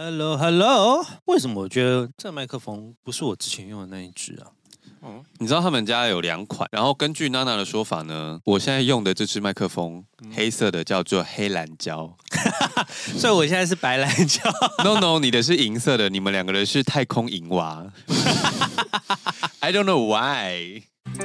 Hello， 为什么我觉得这麦克风不是我之前用的那一支啊？ 你知道他们家有2款，然后根据娜娜的说法呢，我现在用的这支麦克风，黑色的叫做黑蓝胶， 所以我现在是白蓝胶。 No， 你的是银色的，你们2个人是太空银娃。I don't know why。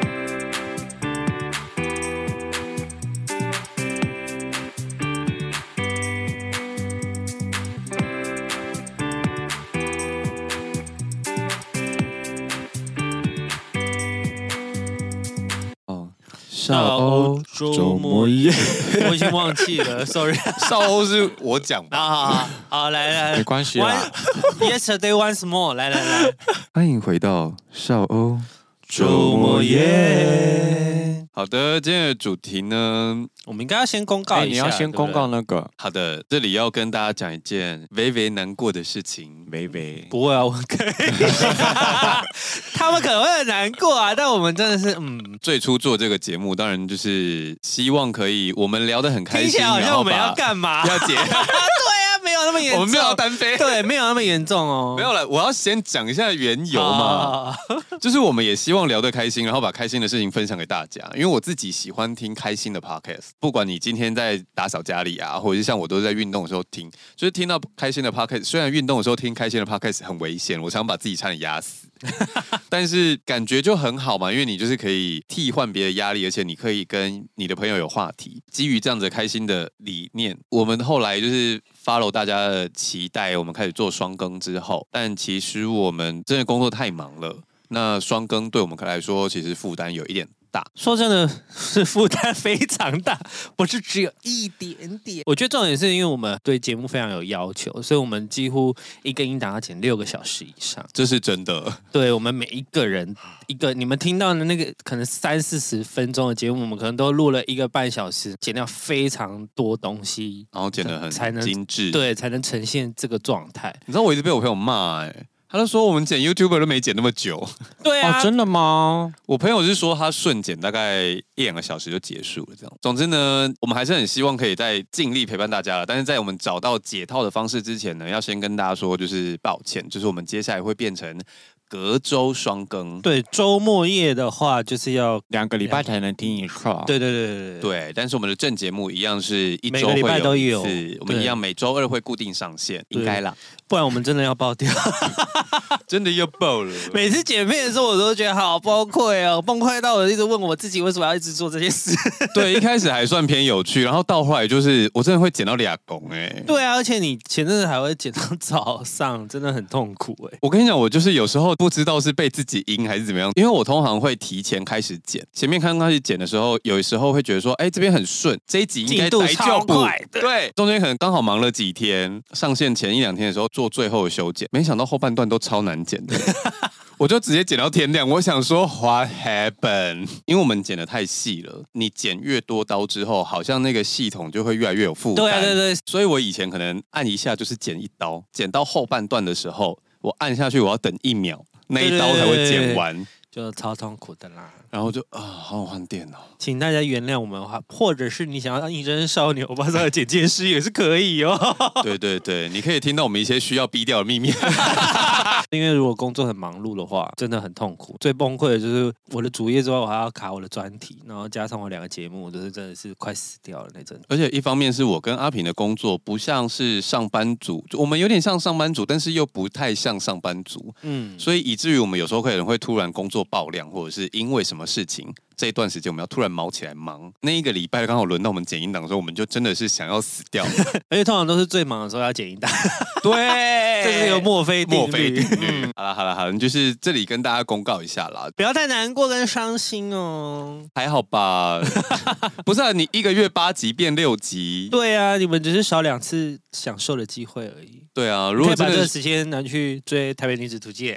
少欧周末夜，我已经忘记了 ，sorry。 少欧是我讲吧？ 好，来， 没关系啦。 Yesterday once more， 来， 欢迎回到少欧周末夜。 好的，今天的主题呢， 我们应该要先公告一下， 你要先公告那个。 好的，这里要跟大家讲一件微微难过的事情。微微不会啊，我可以。他们可能会很难过啊，但我们真的是最初做这个节目，当然就是希望可以我们聊得很开心， 听起来好像我们要干嘛？ 要解。 没有那么严重， 我们没有要单飞， 对，没有那么严重哦。 没有了，我要先讲一下缘由嘛，就是我们也希望聊得开心，然后把开心的事情分享给大家。因为我自己喜欢听开心的 podcast， 不管你今天在打扫家里啊，或者是像我都是在运动的时候听，就是听到开心的 podcast。虽然运动的时候听开心的 podcast 很危险，我常把自己差点压死，但是感觉就很好嘛，因为你就是可以替换别的压力，而且你可以跟你的朋友有话题。基于这样子开心的理念，我们后来就是follow大家的期待，我们开始做双更之后，但其实我们真的工作太忙了，那双更对我们来说其实负担有一点大。 说真的是负担非常大，不是只有一点点。我觉得重点是因为我们对节目非常有要求，所以我们几乎一个音档要剪6个小时以上， 这是真的。 对，我们每一个人一个，你们听到的那个可能30-40分钟的节目，我们可能都录了1个半小时，剪掉非常多东西， 然后剪得很精致， 对，才能呈现这个状态。 你知道我一直被我朋友骂他就说我们剪 YouTuber 都没剪那么久。 对啊， 真的吗？ 我朋友是说他顺剪大概1-2个小时就结束了这样。总之呢，我们还是很希望可以再尽力陪伴大家了。但是在我们找到解套的方式之前呢，要先跟大家说，就是抱歉，就是我们接下来会变成隔周双更。 对，周末夜的话就是要 2个礼拜才能听一次。 对， 但是我们的正节目一样是1周每个礼拜都会有1次，我们一样每周2会固定上线，应该啦。 不然我们真的要爆掉。 真的要爆了！ 每次剪片的时候，我都觉得好崩溃哦，崩溃到我一直问我自己为什么要一直做这些事。 对，一开始还算偏有趣，然后到后来就是我真的会剪到2公对啊，而且你前阵子还会剪到早上，真的很痛苦我跟你讲，我就是有时候不知道是被自己阴还是怎么样，因为我通常会提前开始剪，前面刚开始剪的时候，有时候会觉得说，这边很顺，这一集应该来就补，对，中间可能刚好忙了几天，上线前1-2天的时候做最后的修剪，没想到后半段都超难剪的。我就直接剪到天亮，我想说 What happened？ 因为我们剪得太细了，你剪越多刀之后，好像那个系统就会越来越有负担。 对， 所以我以前可能按一下就是剪1刀，剪到后半段的时候，我按下去我要等1秒，那一刀才会剪完， 就超痛苦的啦。 然后就好想换电脑， 请大家原谅我们或者是你想要应征少女欧巴桑的剪接师也是可以哦。 对，你可以听到我们一些需要逼掉的秘密。 因为如果工作很忙碌的话，真的很痛苦。最崩溃的就是我的主业之外，我还要卡我的专题，然后加上我2个节目，就是真的是快死掉了那阵。 而且一方面是我跟阿平的工作不像是上班族，我们有点像上班族，但是又不太像上班族，所以以至于我们有时候可能会突然工作爆量，或者是因为什么事情。这一段时间我们要突然毛起来忙，那1个礼拜刚好轮到我们剪音档的时候，我们就真的是想要死掉。 而且通常都是最忙的时候要剪音档。 对， 这是一个墨菲定律。 好了，就是这里跟大家公告一下啦， 不要太难过跟伤心哦。 还好吧？不是啊，你1个月8集变6集。 对啊，你们只是少2次享受的机会而已。 对啊，如果可以把这个时间拿去追《台北女子图鉴》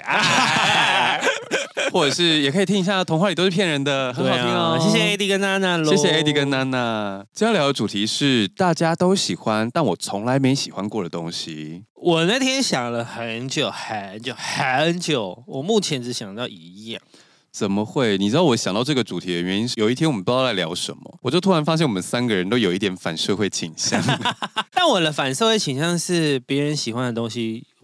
或者是也可以听一下《童话里都是骗人的》，很好听哦。 谢谢 AD 跟娜娜喽， 谢谢 AD 跟娜娜。今天聊的主题是大家都喜欢，但我从来没喜欢过的东西。 我那天想了很久，我目前只想到1样。 怎么会？你知道我想到这个主题的原因是，有一天我们不知道在聊什么，我就突然发现我们3个人都有一点反社会倾向。 但我的反社会倾向是别人喜欢的东西，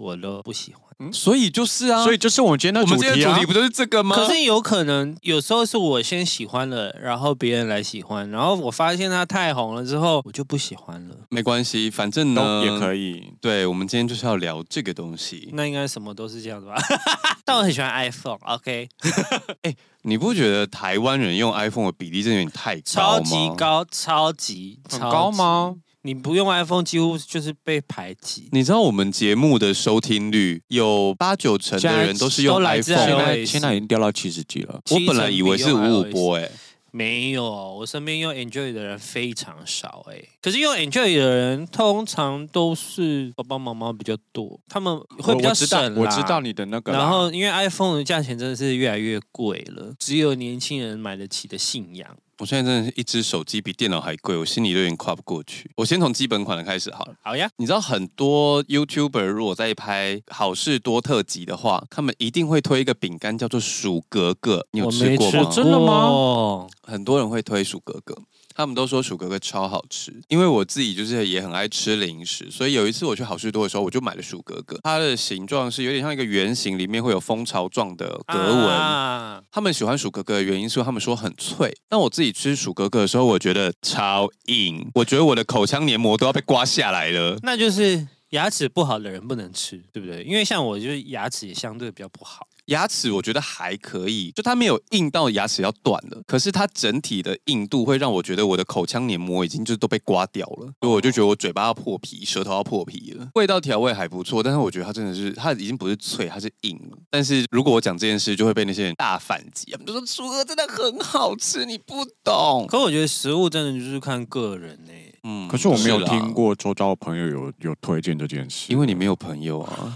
我都不喜欢。 所以就是啊， 所以就是我们今天的主题啊。 我们今天的主题不就是这个吗？ 可是有可能有时候是我先喜欢了，然后别人来喜欢，然后我发现它太红了之后，我就不喜欢了。 没关系，反正呢也可以。 对，我们今天就是要聊这个东西。 那应该什么都是这样的吧？但我很喜欢 iPhone。OK， 你不觉得台湾人用 iPhone 的比例真的有点太高吗？ 超级高，超级很高吗？ 你不用 iPhone 几乎就是被排挤。 你知道我们节目的收听率有8-9成的人都是用 iPhone， 现在已经掉到70几了。 我本来以为是55波没有，我身边用 Enjoy 的人非常少可是用 Enjoy 的人通常都是爸爸妈妈比较多，他们会比较省啦。 我知道你的那个。 然后因为 iPhone 的价钱真的是越来越贵了，只有年轻人买得起的信仰。 我现在真的是一只手机比电脑还贵，我心里有点跨不过去。我先从基本款的开始好了。 好呀， 你知道很多 YouTuber 如果在拍好事多特辑的话，他们一定会推一个饼干叫做薯格格，你有吃过吗？ 真的吗？ 很多人会推薯格格。他们都说薯格格超好吃，因为我自己就是也很爱吃零食，所以有一次我去好事多的时候，我就买了薯格格。它的形状是有点像一个圆形，里面会有蜂巢状的格纹。他们喜欢薯格格的原因是他们说很脆，但我自己吃薯格格的时候，我觉得超硬，我觉得我的口腔黏膜都要被刮下来了。 那就是牙齿不好的人不能吃，对不对？因为像我就是牙齿也相对比较不好。 牙齿我觉得还可以，就它没有硬到牙齿要断了，可是它整体的硬度会让我觉得我的口腔黏膜已经就都被刮掉了，所以我就觉得我嘴巴要破皮，舌头要破皮了。味道调味还不错，但是我觉得它真的是，它已经不是脆，它是硬了。但是如果我讲这件事，就会被那些人大反击，他们就说薯格真的很好吃，你不懂。 可我觉得食物真的就是看个人可是我没有听过周遭的朋友有推荐这件事， 因为你没有朋友啊。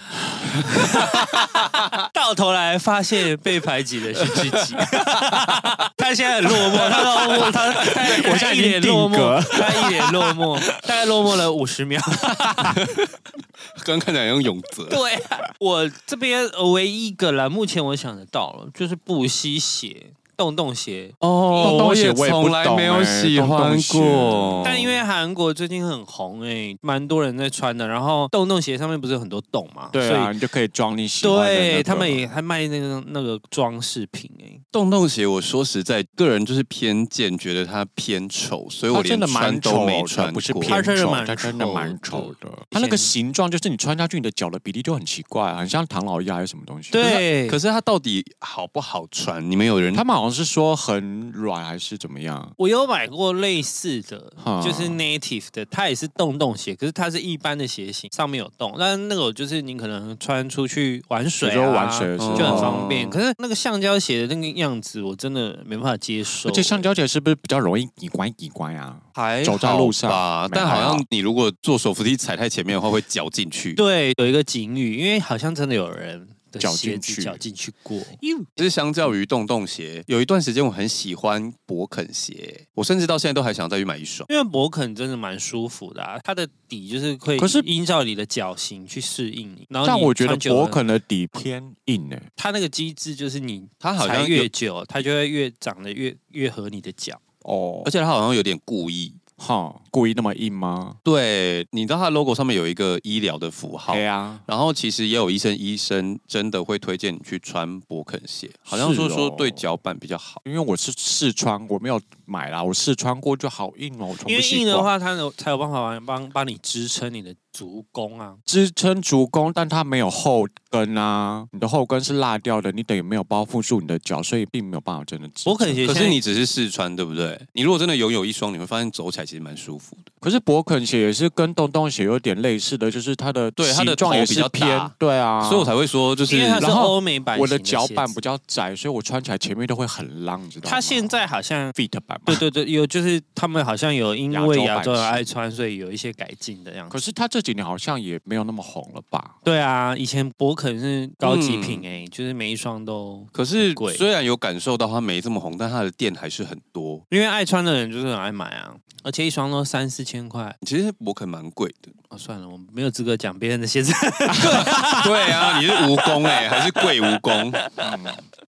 到头来发现被排挤的是自己。他现在很落寞，我现在一脸落寞，他一脸落寞，大概落寞了50秒。 刚看起来像永泽。 对我这边唯一一个啦，目前我想得到了，就是布希鞋。洞洞鞋我也从来没有喜欢过， 但因为韩国最近很红蛮多人在穿的。然后洞洞鞋上面不是有很多洞嘛？ 对啊，你就可以装你喜欢的。 对，他们也还卖那个装饰品洞洞鞋我说实在，个人就是偏见，觉得它偏丑，所以我连穿都没穿过。 不是偏丑，它真的蛮丑的。它那个形状就是你穿下去，你的脚的比例就很奇怪，很像唐老鸭还是什么东西。 对， 可是它到底好不好穿？你们有人？ 他们好像是说很软还是怎么样？ 我有买过类似的，就是 native 的，它也是洞洞鞋，可是它是一般的鞋型，上面有洞。但那个就是你可能穿出去玩水玩水的时候就很方便。可是那个橡胶鞋的那个样子，我真的没办法接受。 而且橡胶鞋是不是比较容易挤乖啊？ 还走在路上吧，但好像你如果坐手扶梯踩太前面的话，会绞进去。 对，有一个警语，因为好像真的有人绞进去过。 就是相较于洞洞鞋，有一段时间我很喜欢勃肯鞋，我甚至到现在都还想再去买一双。 因为勃肯真的蛮舒服的它的底就是会依照你的脚型去适应你。然后但我觉得勃肯的底偏硬它那个机制就是你它好像越久，它就会长得越合你的脚。 而且它好像有点故意。 故意那么硬吗？ 对，你知道它的 logo 上面有一个医疗的符号， 对啊。 然后其实也有医生真的会推荐你去穿勃肯鞋，好像说对脚板比较好。 因为我是试穿，我没有买啦，我试穿过就好硬我穿不习惯。 因为硬的话，它才有办法帮你支撑你的足弓啊， 支撑足弓，但它没有后跟啊，你的后跟是落掉的，你等于没有包覆住你的脚，所以并没有办法真的支撑。 勃肯鞋， 可是你只是试穿，对不对？你如果真的拥有一双，你会发现走起来其实蛮舒服的。 可是勃肯鞋也是跟洞洞鞋有点类似的，就是它的形状也是偏，对啊， 所以我才会说就是， 因为它是欧美版， 我的脚板比较窄，所以我穿起来前面都会很浪，你知道吗？ 它现在好像 fit 版嘛， 对，有就是他们好像有因为亚洲人爱穿，所以有一些改进的样子。 可是它这几年好像也没有那么红了吧？ 对啊，以前勃肯是高级品就是每一双都可是虽然有感受到它没这么红，但它的店还是很多， 因为爱穿的人就是很爱买啊，而且一双都3-4千块。 其实勃肯蛮贵的。 算了，我没有资格讲别人的鞋子。 对啊，你是蜈蚣还是贵蜈蚣？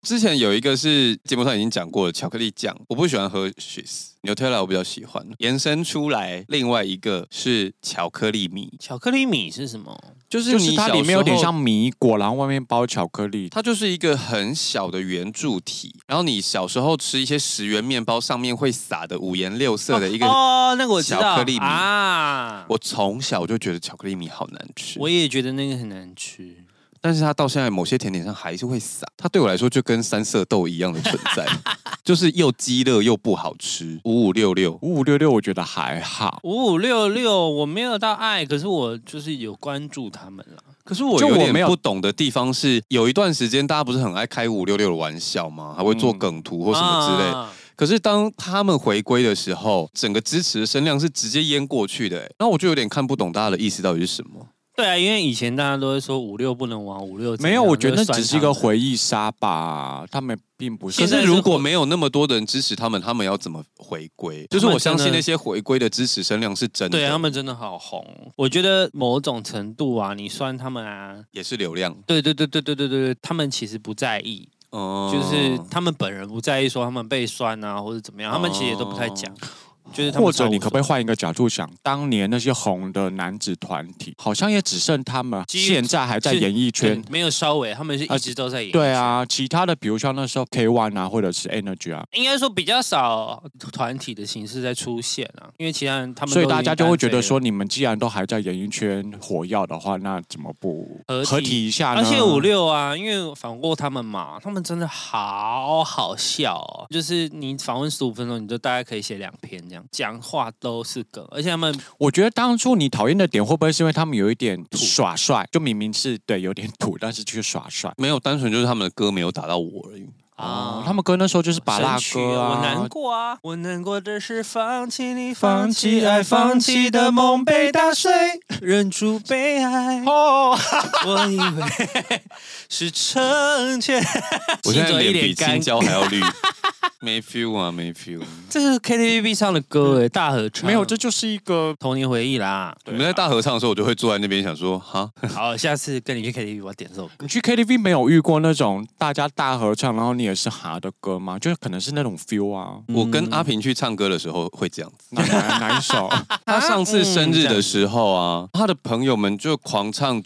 之前有一个是节目上已经讲过的巧克力酱，我不喜欢喝 Nutella， 我比较喜欢。延伸出来，另外一个是巧克力米。 巧克力米是什么？ 就是它里面有点像米果，然后外面包巧克力。 它就是一个很小的圆柱体，然后你小时候吃一些10元面包，上面会撒的5颜6色的一个那个我知道巧克力米啊。 我从小就觉得巧克力米好难吃， 我也觉得那个很难吃。 但是它到现在某些甜点上还是会撒，它对我来说就跟三色豆一样的存在，就是又鸡肋又不好吃。5566 我觉得还好。 5566我没有到爱，可是我就是有关注他们了。 可是我有点不懂的地方是，有一段时间大家不是很爱开5566的玩笑吗？还会做梗图或什么之类。可是当他们回归的时候，整个支持的声量是直接淹过去的，然后我就有点看不懂大家的意思到底是什么。 对啊，因为以前大家都会说56不能玩56， 没有，我觉得那只是一个回忆杀吧，他们并不是。 可是如果没有那么多的人支持他们，他们要怎么回归？就是我相信那些回归的支持声量是真的。 对，他们真的好红。我觉得某种程度啊，你酸他们啊， 也是流量。 对，他们其实不在意。就是他们本人不在意说他们被酸啊或者怎么样，他们其实也都不太讲。就是或者你可不可以换一个角度想，当年那些红的男子团体，好像也只剩他们现在还在演艺圈， 没有稍微，他们是一直都在演艺圈。 对啊，其他的比如像那时候 K1 啊，或者是 Energy 啊， 应该说比较少团体的形式在出现啊，因为其他人他们所以大家就会觉得说，你们既然都还在演艺圈火药的话，那怎么不合体一下呢？ 而且56啊，因为访过他们嘛，他们真的好好笑哦，就是你访问15分钟，你就大概可以写2篇这样，讲话都是梗，而且他们， 我觉得当初你讨厌的点会不会是因为他们有一点耍帅，就明明是对有点土，但是却耍帅， 没有单纯就是他们的歌没有打到我而已。 他们歌那时候就是芭乐歌啊， 我难过啊，我难过的是放弃你，放弃爱，放弃的梦被打碎，忍住悲哀。我以为是成全， 我现在脸比青椒还要绿。没 feel 啊，没 feel。 这是 KTV 唱的歌大合唱。 没有，这就是一个童年回忆啦。 你们在大合唱的时候，我就会坐在那边想说，哈， 好，下次跟你去 KTV，我要点这首歌。 你去 KTV 没有遇过那种大家大合唱，然后你也是哈的歌吗？就是可能是那种 feel 啊。 我跟阿平去唱歌的时候会这样子。 哪一首？ 他上次生日的时候啊，他的朋友们就狂唱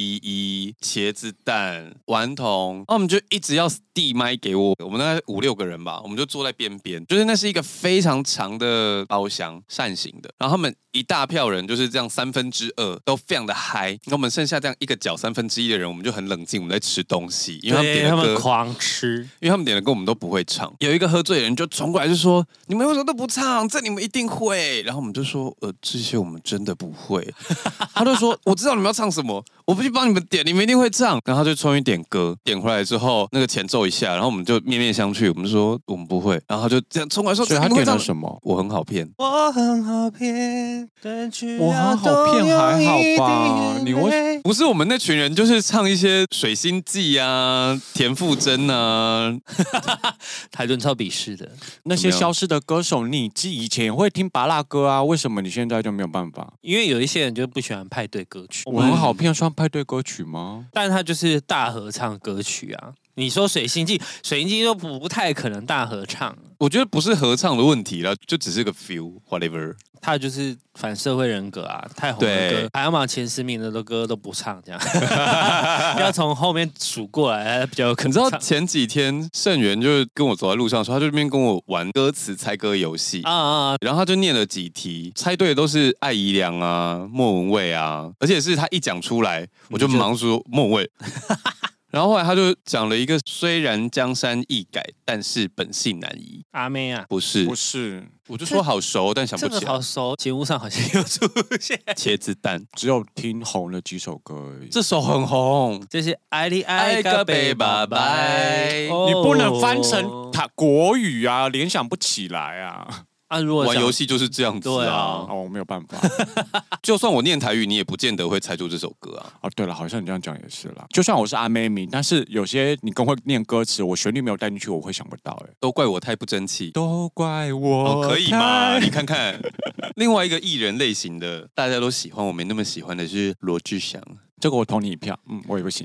911、茄子蛋、顽童，然后我们就一直要递麦给我，我们大概5、6个人吧，我们就坐在边边，就是那是一个非常长的包厢，扇形的，然后他们一大票人就是这样2/3都非常的嗨，那我们剩下这样一个角1/3的人，我们就很冷静，我们在吃东西，因为他们点的歌狂吃， 因为他们点的歌我们都不会唱。有一个喝醉的人就冲过来就说：“你们为什么都不唱？这你们一定会。”然后我们就说：“这些我们真的不会。”他就说：“我知道你们要唱什么，我不去帮你们点，你们一定会唱。”然后他就冲去点歌，点回来之后那个前奏一下，然后我们就面面相觑，我们说我们不会，然后他就这样冲过来说：“ 所以他点了什么？ 我很好骗， 我很好骗， 我很好骗还好吧？你为不是我们那群人就是唱一些水星记啊、田馥甄啊， 台顿超鄙视的那些消失的歌手，你以前也会听芭乐歌啊，为什么你现在就没有办法？ 因为有一些人就不喜欢派对歌曲。 我很好骗算派对歌曲吗？ 但是它就是大合唱歌曲啊。你说水星记都不太可能大合唱， 我觉得不是合唱的问题了，就只是个 feel whatever。 他就是反社会人格啊，太红的歌，排行榜前10名的歌都不唱，这样要从后面数过来比较有可能。 你知道前几天盛元就跟我走在路上的时候，他就这边跟我玩歌词猜歌游戏然后他就念了几题，猜对的都是艾怡良啊、莫文蔚啊，而且是他一讲出来，我就忙说莫文蔚。然后后来他就讲了一个，虽然江山易改，但是本性难移。 阿妹啊， 不是，我就说好熟，但想不起来。 这个好熟，节目上好像有出现。 茄子蛋， 只有听红了几首歌而已。 这首很红， 这是爱你爱个北拜拜。 你不能翻成他国语啊，联想不起来啊。 如果玩游戏就是这样子啊， 我没有办法。 就算我念台语，你也不见得会猜出这首歌啊。 对了，好像你这样讲也是啦。就算我是阿妹迷，但是有些你更会念歌词，我旋律没有带进去，我会想不到。 都怪我太不争气， 都怪我。 可以吗？你看看，另外一个艺人类型的，大家都喜欢，我没那么喜欢的是罗志祥。 这个我投你一票，我也不行。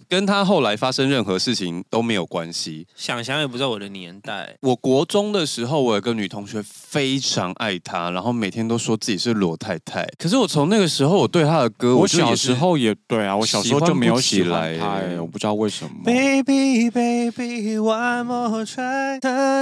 跟他后来发生任何事情都没有关系。 想想也不在我的年代。 我国中的时候，我有个女同学非常爱她，然后每天都说自己是罗太太。可是我从那个时候，我对她的歌， 我小时候也对啊，我小时候就没有喜欢她，我不知道为什么。 Baby baby one more try，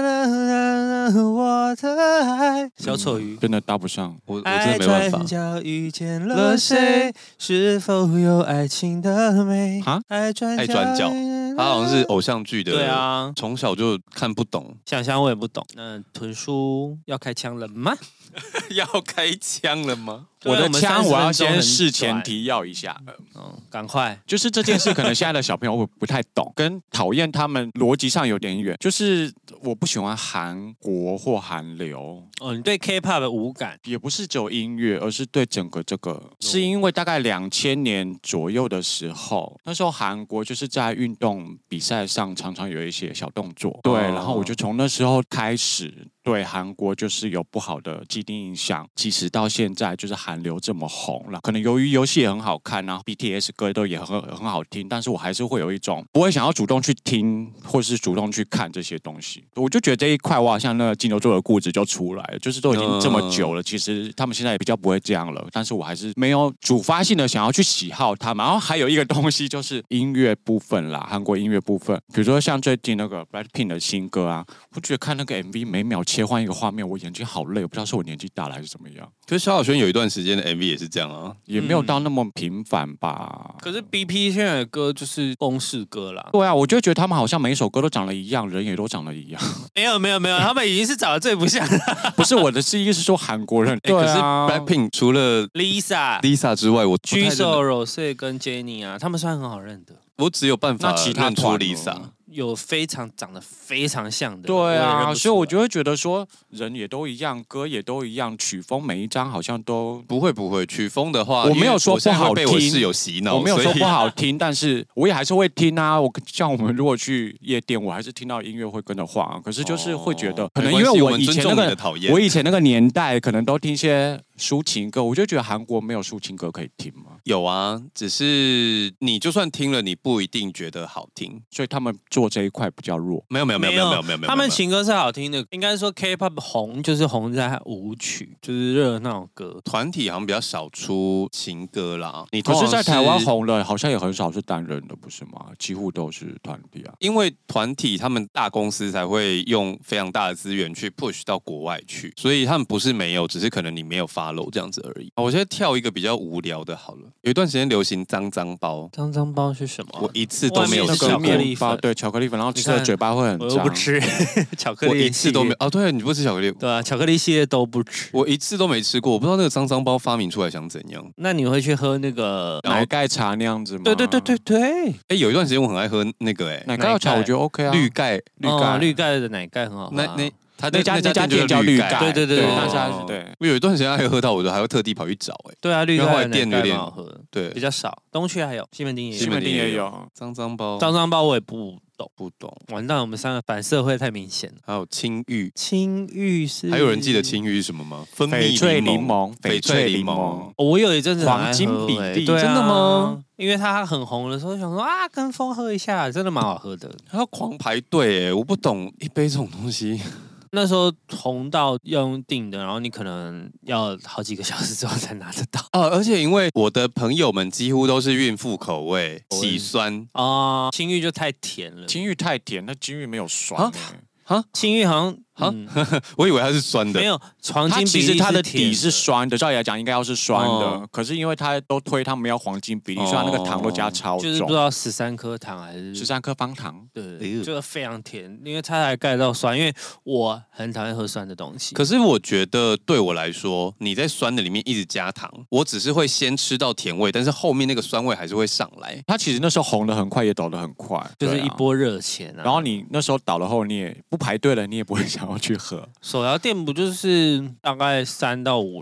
我的爱。小丑鱼真的搭不上， 我真的没办法。 爱转角遇见了谁？是否有爱情的美？爱转角， 他好像是偶像剧的。 对啊， 从小就看不懂。 想想我也不懂。那豚叔要开枪了吗？ 要开枪了吗？ 我的枪我要先事前提要一下， 赶快， 就是这件事可能现在的小朋友会不太懂，跟讨厌他们逻辑上有点远。就是我不喜欢韩国或韩流。 你对 K-pop 的无感， 也不是只有音乐，而是对整个这个，是因为大概2000年左右的时候，那时候韩国就是在运动比赛上常常有一些小动作，对，然后我就从那时候开始对韩国就是有不好的既定印象，即使到现在就是韩流这么红了，可能由于游戏也很好看，然后 BTS 歌都也很好听，但是我还是会有一种不会想要主动去听或是主动去看这些东西。我就觉得这一块我好像那个金牛座的固执就出来了，就是都已经这么久了，其实他们现在也比较不会这样了，但是我还是没有主发性的想要去喜好他们。然后还有一个东西就是音乐部分啦，韩国音乐部分，比如说像最近那个 BLACKPINK 的新歌啊，我觉得看那个 MV 每秒切换一个画面，我眼睛好累，我不知道是我年纪大了还是怎么样。 可是萧亚轩有一段时间的 MV 也是这样啊， 也没有到那么频繁吧。 可是 BP 现在的歌就是公式歌啦。 对啊，我就觉得他们好像每一首歌都长得一样，人也都长得一样。 没有，他们已经是长得最不像的。 不是我的意思是说韩国人。对啊， 可是 BLACKPINK 除了 Lisa 之外，我 Jisoo、Rose 跟 Jennie 啊，他们算很好认的。 我只有办法认出 Lisa。 有长得非常像的， 对啊，所以我就会觉得说，人也都一样，歌也都一样，曲风每一张好像都不会曲风的话， 我没有说不好听， 被我室友洗脑， 我没有说不好听，但是我也还是会听啊。像我们如果去夜店，我还是听到音乐会跟着晃，可是就是会觉得，可能因为我以前那个年代可能都听一些抒情歌，我就觉得韩国没有抒情歌可以听嘛。 有啊，只是你就算听了，你不一定觉得好听， 所以他们做这一块比较弱。 没有， 他们情歌是好听的，应该说 K-pop 红就是红在舞曲，就是热闹歌。 团体好像比较少出情歌啦。 可是在台湾红了，好像也很少是单人的，不是吗？几乎都是团体啊。 因为团体他们大公司才会用非常大的资源去 push 到国外去，所以他们不是没有，只是可能你没有 follow 这样子而已。我现在跳一个比较无聊的好了。有一段时间流行脏包， 脏包是什么？ 我一次都没有吃过。 巧克力粉， 对，巧克力粉，然后吃的嘴巴会很脏。 我不吃巧克力， 我一次都没有。哦，对，你不吃巧克力？ 对啊，巧克力系列都不吃， 我一次都没吃过。我不知道那个脏包发明出来想怎样。 那你会去喝那个奶盖茶那样子吗？ 对。有一段时间我很爱喝那个奶盖茶，我觉得 OK 啊。 绿盖的奶盖很好喝。 他那家店叫绿盖， 对， 那家对。 我有一段时间爱喝到，我都还会特地跑去找。 对啊，绿盖的店有点好喝， 对， 比较少。东区还有，西门町也有。 脏包我也不懂。完蛋，我们三个反社会太明显了。 还有青玉是， 还有人记得青玉是什么吗？ 翡翠柠檬。 我有一阵子黄金比例， 真的吗？ 因为它很红的时候，想说啊，跟风喝一下，真的蛮好喝的。 还要狂排队我不懂一杯这种东西。 那时候红到要用订的，然后你可能要好几个小时之后才拿得到。 而且因为我的朋友们几乎都是孕妇口味，喜酸青玉就太甜了。 青玉太甜，那青玉没有酸青玉好像。 我以为它是酸的， 没有黄金比例， 其实它的底是酸的，照理来讲应该要是酸的，可是因为它都推他们要黄金比例，所以它那个糖都加超重， 就是不知道13颗糖还是 13颗方糖， 对，就是非常甜，因为它还盖到酸，因为我很讨厌喝酸的东西。 可是我觉得对我来说，你在酸的里面一直加糖，我只是会先吃到甜味，但是后面那个酸味还是会上来。 它其实那时候红的很快，也倒的很快， 就是一波热钱啊。 然后你那时候倒了后，你也不排队了，你也不会想要去喝。 手摇店不就是大概3到5年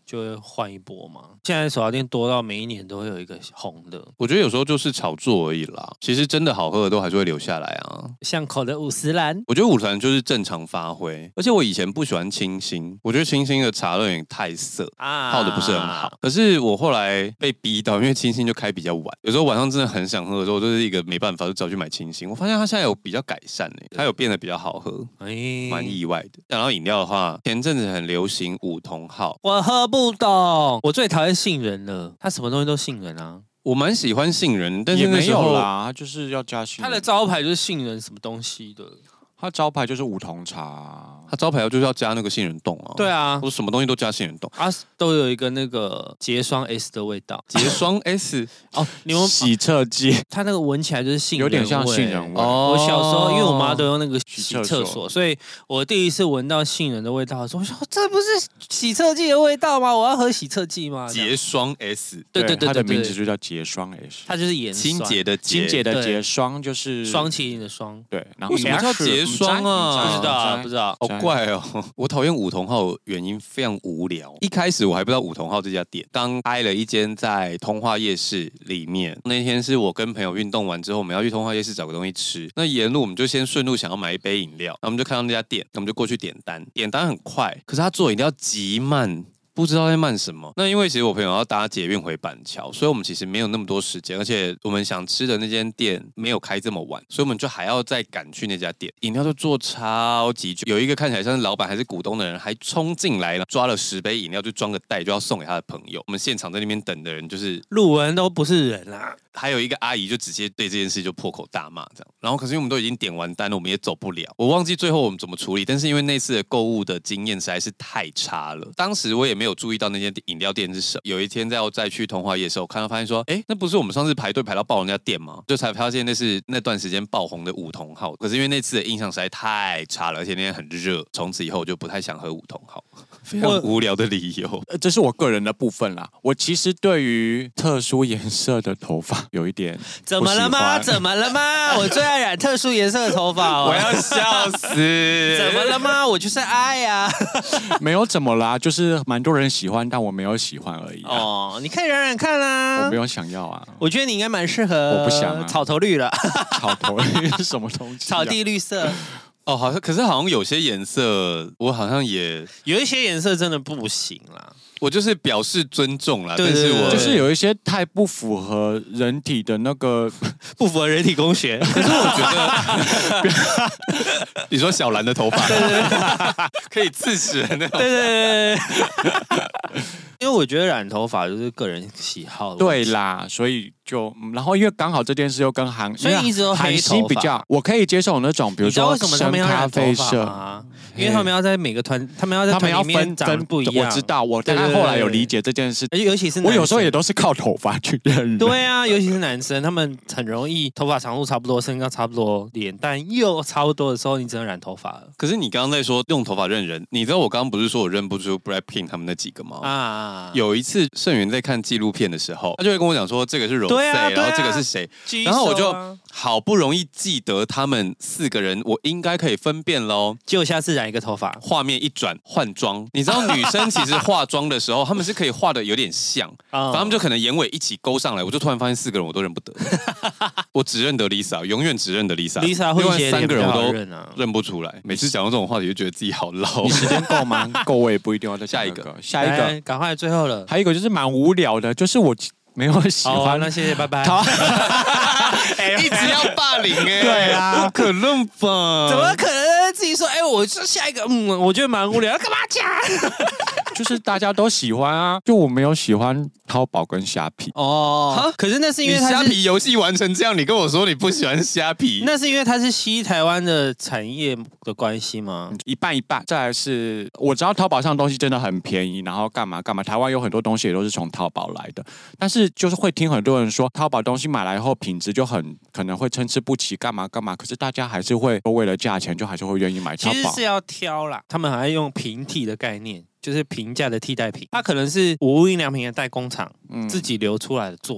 就会换一波嘛。现在手摇店多到每一年都会有一个红的。 我觉得有时候就是炒作而已啦，其实真的好喝的都还是会留下来啊。 巷口的五十兰， 我觉得五十兰就是正常发挥，而且我以前不喜欢清新，我觉得清新的茶有点太涩啊，泡的不是很好。可是我后来被逼到，因为清新就开比较晚，有时候晚上真的很想喝的时候，我就是一个没办法，就只好去买清新。我发现它现在有比较改善它有变得比较好喝，蛮意外的。讲到饮料的话，前阵子很流行五桐号， 我喝不懂，我最讨厌杏仁了，它什么东西都杏仁啊。 我蛮喜欢杏仁，但是也没有啦，就是要加杏仁。 它的招牌就是杏仁什么东西的。 它招牌就是梧桐茶， 它招牌就是要加那个杏仁冻啊。 对啊， 我什么东西都加杏仁冻啊，都有一个那个结霜 S 的味道。 结霜 S 哦，你们洗厕剂， 它那个闻起来就是杏仁味， 有点像杏仁味。 我小时候因为我妈都用那个洗厕所，所以我第一次闻到杏仁的味道的时候，我说这不是洗厕剂的味道吗？我要喝洗厕剂吗？ 结霜 S， 对， 它的名字就叫结霜 S， 它就是盐清洁的清洁的洁，霜就是双麒麟的双。 对，然后为什么叫结霜啊？ 不知道， 好怪哦！我讨厌五桐号原因非常无聊。一开始我还不知道五桐号这家店，刚开了一间在通化夜市里面。那天是我跟朋友运动完之后，我们要去通化夜市找个东西吃。那沿路我们就先顺路想要买一杯饮料，然后我们就看到那家店，我们就过去点单。点单很快，可是他做饮料极慢。不知道在慢什么。那因为其实我朋友要搭捷运回板桥，所以我们其实没有那么多时间，而且我们想吃的那间店没有开这么晚，所以我们就还要再赶去那家店。饮料就做超级久，有一个看起来像是老板还是股东的人，还冲进来了，抓了10杯饮料就装个袋，就要送给他的朋友。我们现场在那边等的人就是路人都不是人啊。 还有一个阿姨就直接对这件事就破口大骂这样，然后可是因为我们都已经点完单了，我们也走不了。我忘记最后我们怎么处理，但是因为那次的购物的经验实在是太差了，当时我也没有注意到那间饮料店是什么。有一天再去通化夜市，我看到发现说，那不是我们上次排队排到爆那家店吗？就才发现那是那段时间爆红的五桐号。可是因为那次的印象实在太差了，而且那天很热，从此以后我就不太想喝五桐号。非常无聊的理由， 这是我个人的部分啦。我其实对于特殊颜色的头发有一点怎么了吗？怎么了吗？我最爱染特殊颜色的头发我要笑死！ 怎么了吗？我就是爱呀。 没有怎么啦，就是蛮多人喜欢，但我没有喜欢而已。 哦，你可以染染看啦。 我没有想要啊。 我觉得你应该蛮适合。 我不想啊。 草头绿了。 草头绿是什么东西？ 草地绿色。 哦，好像可是好像有些颜色，我好像也有一些颜色真的不行啦。 我就是表示尊重啦， 但是我就是有一些太不符合人体的那个， 不符合人体工学。 可是我觉得，你说小兰的头发，对可以刺死人的， 对。因为我觉得染头发就是个人喜好的。 对啦，所以就然后因为刚好这件事又跟所以一直都黑头发比较，我可以接受那种，比如说深咖啡色， 因为他们要在每个团，他们要在团里面长不一样。 我知道，我大概后来有理解这件事， 尤其是我有时候也都是靠头发去认人。 对啊，尤其是男生，他们很容易头发长度差不多，身高差不多，脸蛋又差不多的时候，你只能染头发了。 可是你刚刚在说用头发认人，你知道我刚刚不是说我认不出 Blackpink 他们那几个吗？有一次盛元在看纪录片的时候，他就会跟我讲说这个是 Rosé，然后这个是谁，然后我就好不容易记得他们4个人，我应该可以分辨咯。 结果下次染一个头发， 画面一转换装，你知道女生其实化妆的时候，他们是可以画的有点像，反正他们就可能眼尾一起勾上来，我就突然发现4个人我都认不得，我只认得 Lisa， 永远只认得 Lisa， 另外3个人我都认不出来。每次讲到这种话题，就觉得自己好老。 你时间够吗？够，我也不一定要再下一个， 赶快最后了。 还有一个就是蛮无聊的，就是我没有喜欢。 那谢谢，拜拜。 一直要霸凌对啊， 不可能吧？ 怎么可能自己说？我是下一个，我觉得蛮无聊，干嘛讲？ 就是大家都喜欢啊，就我没有喜欢淘宝跟虾皮哦。可是那是因为虾皮游戏玩成这样，你跟我说你不喜欢虾皮， 那是因为它是西台湾的产业的关系吗？ 一半一半。再来是我知道淘宝上的东西真的很便宜，然后干嘛干嘛，台湾有很多东西也都是从淘宝来的，但是就是会听很多人说淘宝东西买来以后品质就很可能会参差不齐，干嘛干嘛，可是大家还是会为了价钱就还是会愿意买淘宝。 其实是要挑啦，他们还用平替的概念。就是平价的替代品，它可能是无印良品的代工厂自己流出来的做的，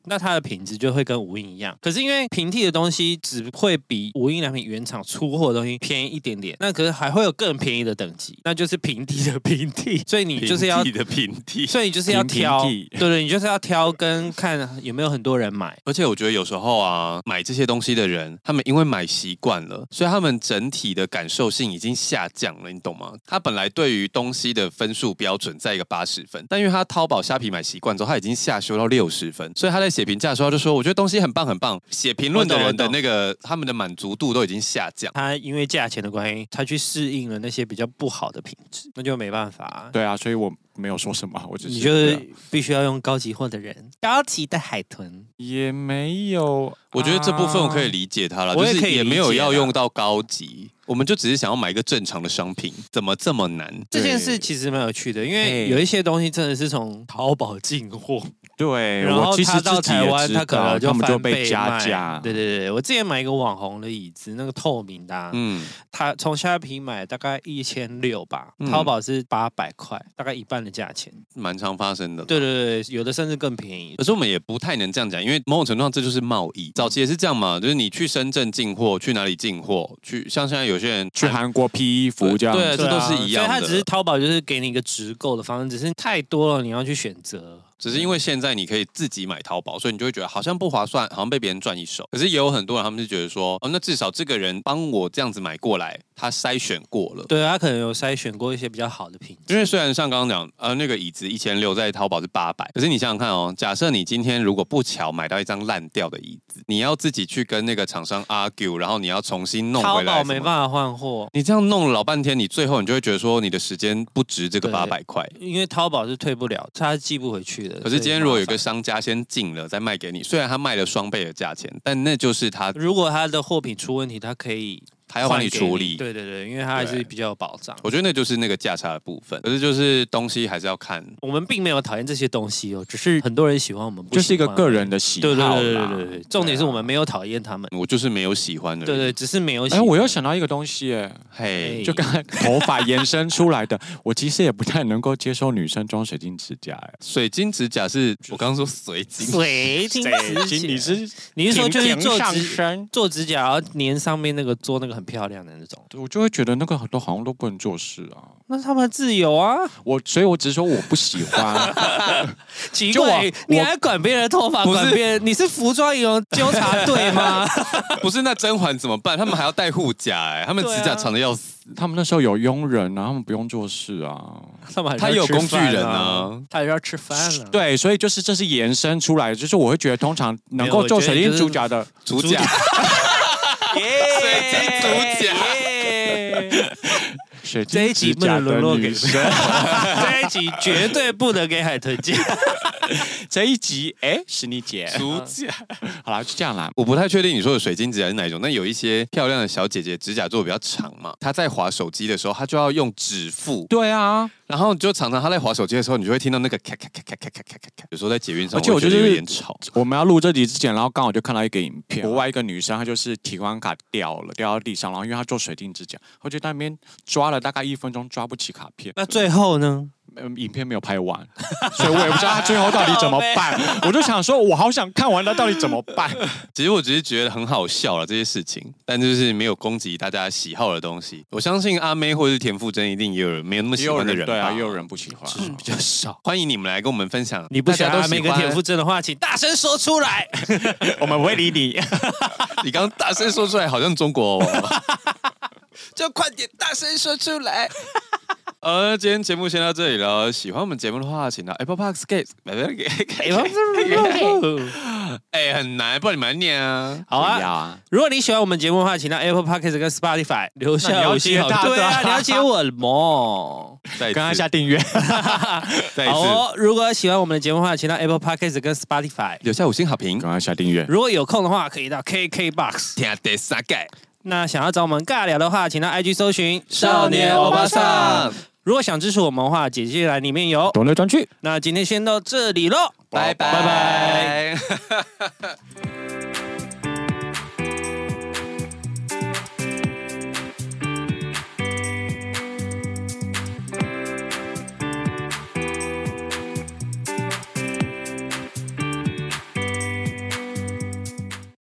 那它的品质就会跟无印一样。可是因为平替的东西只会比无印良品原厂出货的东西便宜一点点，那可是还会有更便宜的等级，那就是平替的平替，所以你就是要平替的平替， 所以你就是要挑，对，你就是要挑跟看有没有很多人买。 而且我觉得有时候啊，买这些东西的人，他们因为买习惯了，所以他们整体的感受性已经下降了，你懂吗？他本来对于东西的分数标准在一个80分，但因为他淘宝虾皮买习惯之后，他已经下修到60分，所以他在写评价的时候就说，我觉得东西很棒很棒。写评论的人的那个他们的满足度都已经下降。 他因为价钱的关系，他去适应了那些比较不好的品质，那就没办法。 对啊，所以我没有说什么，我只是你就是必须要用高级货的人，高级的海豚也没有。 我觉得这部分我可以理解他了，就是也没有要用到高级。我们就只是想要买一个正常的商品，怎么这么难？ 这件事其实蛮有趣的，因为有一些东西真的是从淘宝进货， 对， 然后他到台湾， 他可能就就被加价。 对对对，我之前买一个网红的椅子，那个透明的，他从虾皮买大概1600吧，淘宝是800块，大概一半的价钱， 蛮常发生的。 对对对，有的甚至更便宜。 可是我们也不太能这样讲，因为某种程度上这就是贸易。早期也是这样嘛，就是你去深圳进货，去哪里进货，去像现在有些人去韩国批衣服这样， 对，这都是一样的。 所以它只是淘宝就是给你一个直购的方式，只是太多了，你要去选择。 只是因为现在你可以自己买淘宝，所以你就会觉得好像不划算，好像被别人赚一手。可是也有很多人，他们是觉得说，哦，那至少这个人帮我这样子买过来，他筛选过了。 对，他可能有筛选过一些比较好的品质。 因为虽然像刚刚讲，那个椅子1600在淘宝是800，可是你想想看哦，假设你今天如果不巧买到一张烂掉的椅子，你要自己去跟那个厂商 argue， 然后你要重新弄回来。 淘宝没办法换货， 你这样弄了老半天，你最后你就会觉得说，你的时间不值这个800块。 因为淘宝是退不了，它是寄不回去的。 可是今天如果有个商家先进了再卖给你，虽然他卖了双倍的价钱，但那就是他。 如果他的货品出问题，他可以。 他要帮你处理， 对对对，因为他还是比较有保障。 我觉得那就是那个价差的部分，可是就是东西还是要看。 我们并没有讨厌这些东西哦，只是很多人喜欢，我们不喜欢， 就是一个个人的喜好啦。 对对对对对，重点是我们没有讨厌他们， 我就是没有喜欢的人。 对对，只是没有喜欢。 我又想到一个东西耶， 嘿， 就刚才头发延伸出来的，我其实也不太能够接受女生装水晶指甲。 水晶指甲是我刚刚说水晶指甲，你是说就是做指甲，然后粘上面那个做那个很漂亮的那种。 我就会觉得那个都好像都不能做事啊。 那他们自由啊， 所以我只是说我不喜欢。 奇怪，你还管别人的头发？管别人？你是服装仪容纠察队吗？ 不是，那甄嬛怎么办？他们还要戴护甲他们指甲长得要死。 他们那时候有佣人啊，他们不用做事啊。 他有工具人啊， 他也要吃饭啊。 对，所以这是延伸出来的，就是我会觉得通常能够做水晶指甲的指甲。水晶指甲， 这一集不能沦落给生， 这一集绝对不能给海豚姐。 这一集是你姐指甲。 好啦，就这样啦。 我不太确定你说的水晶指甲是哪一种，但有一些漂亮的小姐姐指甲做的比较长嘛，她在滑手机的时候，她就要用指腹。 对啊， 然后就常常她在滑手机的时候，你就会听到那个咔咔咔咔咔咔咔咔。有时候在捷运上， 而且我觉得有点吵。 我们要录这集之前，然后刚好就看到一个影片，国外一个女生她就是提款卡掉到地上，然后因为她做水晶指甲，我就在那边抓了大概1分钟，抓不起卡片。 那最后呢？ 影片没有拍完，所以我也不知道他最后到底怎么办。我就想说，我好想看完他到底怎么办。 其实我只是觉得很好笑了这些事情，但就是没有攻击大家喜好的东西。我相信阿妹或者是田馥甄一定也有人没有那么喜欢的人吧， 对啊，也有人不喜欢， 是比较少。 欢迎你们来跟我们分享， 你不喜欢阿妹跟田馥甄的话，请大声说出来， 我们不会理你。 你刚刚大声说出来，好像中国就快点大声说出来。今天节目先到这里了。喜欢我们节目的话，请到 Apple Podcast 很难，不然你们来念啊。 好啊，如果你喜欢我们节目的话，请到 Apple Podcast 跟 Spotify 留下5星好评。对啊，你要接我么？ 刚刚下订阅。 好哦，如果喜欢我们的节目的话，请到 Apple Podcast 跟 Spotify 留下5星好评。 刚刚下订阅。 如果有空的话，可以到 KKBOX 听第三盖。 那想要找我们尬聊的话，请到 IG 搜寻少年欧巴桑。 如果想支持我们的话，简介栏里面有抖内专区。 那今天先到这里咯， 拜拜拜拜。